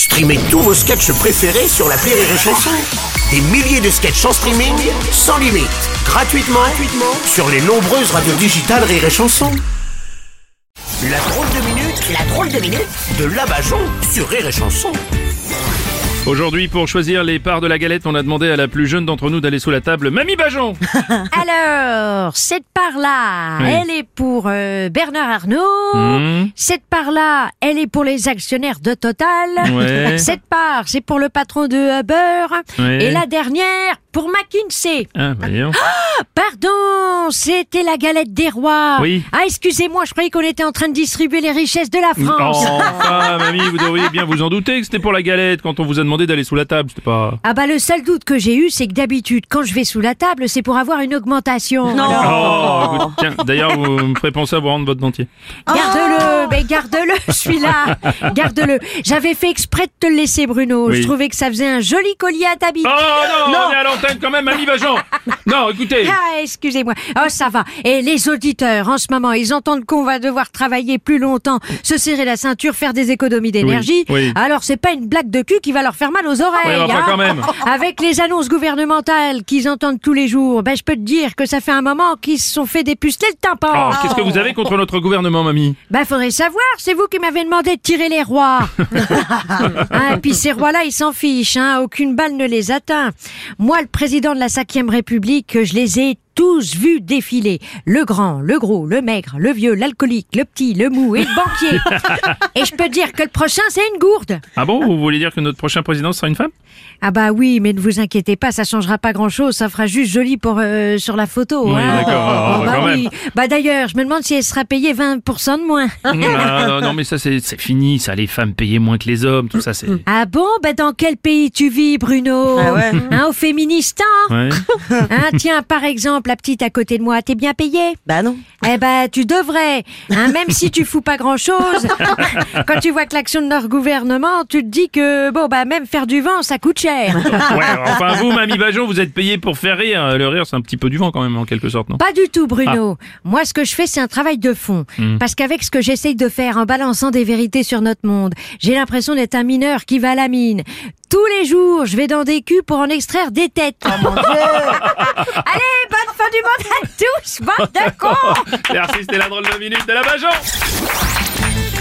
Streamez tous vos sketchs préférés sur l'appli Rire et Chanson. Des milliers de sketchs en streaming, sans limite, gratuitement sur les nombreuses radios digitales Rire et Chanson. La drôle de minute de Labajon sur Rire et Chanson. Aujourd'hui, pour choisir les parts de la galette, on a demandé à la plus jeune d'entre nous d'aller sous la table, Mamie Bajon. Alors, cette part-là, Oui. elle est pour Bernard Arnault. Cette part-là, elle est pour les actionnaires de Total. Ouais. Cette part, c'est pour le patron de Uber. Ouais. Et la dernière, pour McKinsey. Ah, voyons. Pardon, c'était la galette des rois. Oui. Ah, excusez-moi, je croyais qu'on était en train de distribuer les richesses de la France. Enfin, Mamie, vous devriez bien vous en douter que c'était pour la galette quand on vous a demandé d'aller sous la table, c'était pas... Ah bah le seul doute que j'ai eu, c'est que d'habitude, quand je vais sous la table, c'est pour avoir une augmentation. Oh, Alors, écoute, tiens, d'ailleurs, vous me ferez penser à vous rendre votre dentier. garde-le, mais garde-le, celui-là. Garde-le. J'avais fait exprès de te le laisser, Bruno. Oui. Je trouvais que ça faisait un joli collier à ta bite. Oh non, on est à l'antenne quand même, Mamie Bajon. Non, écoutez. Ah, excusez-moi. Oh, ça va. Et les auditeurs, en ce moment, ils entendent qu'on va devoir travailler plus longtemps, se serrer la ceinture, faire des économies d'énergie. Oui. Alors, c'est pas une blague de cul qui va leur faire mal aux oreilles. Ouais, enfin, quand même. Avec les annonces gouvernementales qu'ils entendent tous les jours, ben, je peux te dire que ça fait un moment qu'ils se sont fait dépuceler le tympan. Oh, qu'est-ce que vous avez contre notre gouvernement, Mamie? Ben, faudrait savoir, c'est vous qui m'avez demandé de tirer les rois. Et puis ces rois-là, ils s'en fichent, hein, aucune balle ne les atteint. Moi, le président de la 5e République, je les ai tous vus défiler. Le grand, le gros, le maigre, le vieux, l'alcoolique, le petit, le mou et le banquier. Et je peux dire que le prochain, c'est une gourde. Ah bon, vous voulez dire que notre prochain président sera une femme? Ah bah oui, mais ne vous inquiétez pas, ça changera pas grand-chose, ça fera juste joli pour sur la photo. Oui, hein. d'accord, bah quand oui. même. Bah d'ailleurs, je me demande si elle sera payée 20% de moins. Non, mais ça c'est fini, ça, les femmes payaient moins que les hommes, tout ça c'est... Ah bon? Bah dans quel pays tu vis, Bruno? Ah ouais. Hein, au Féministan? Ouais. Hein, tiens, par exemple, la petite à côté de moi, t'es bien payée? Bah non. Eh ben, tu devrais. Hein, même si tu fous pas grand-chose, quand tu vois que l'action de notre gouvernement, tu te dis que, bon, bah même faire du vent, ça coûte cher. Ouais, enfin vous, Mamie Bajon, vous êtes payé pour faire rire. Le rire, c'est un petit peu du vent quand même, en quelque sorte, non? Pas du tout, Bruno. Moi, ce que je fais, c'est un travail de fond. Parce qu'avec ce que j'essaye de faire en balançant des vérités sur notre monde, j'ai l'impression d'être un mineur qui va à la mine. Tous les jours, je vais dans des culs pour en extraire des têtes. Oh mon Dieu. Allez, bonne fin du monde à tous, bande de cons! Merci, c'était la drôle de minute de la Bajon.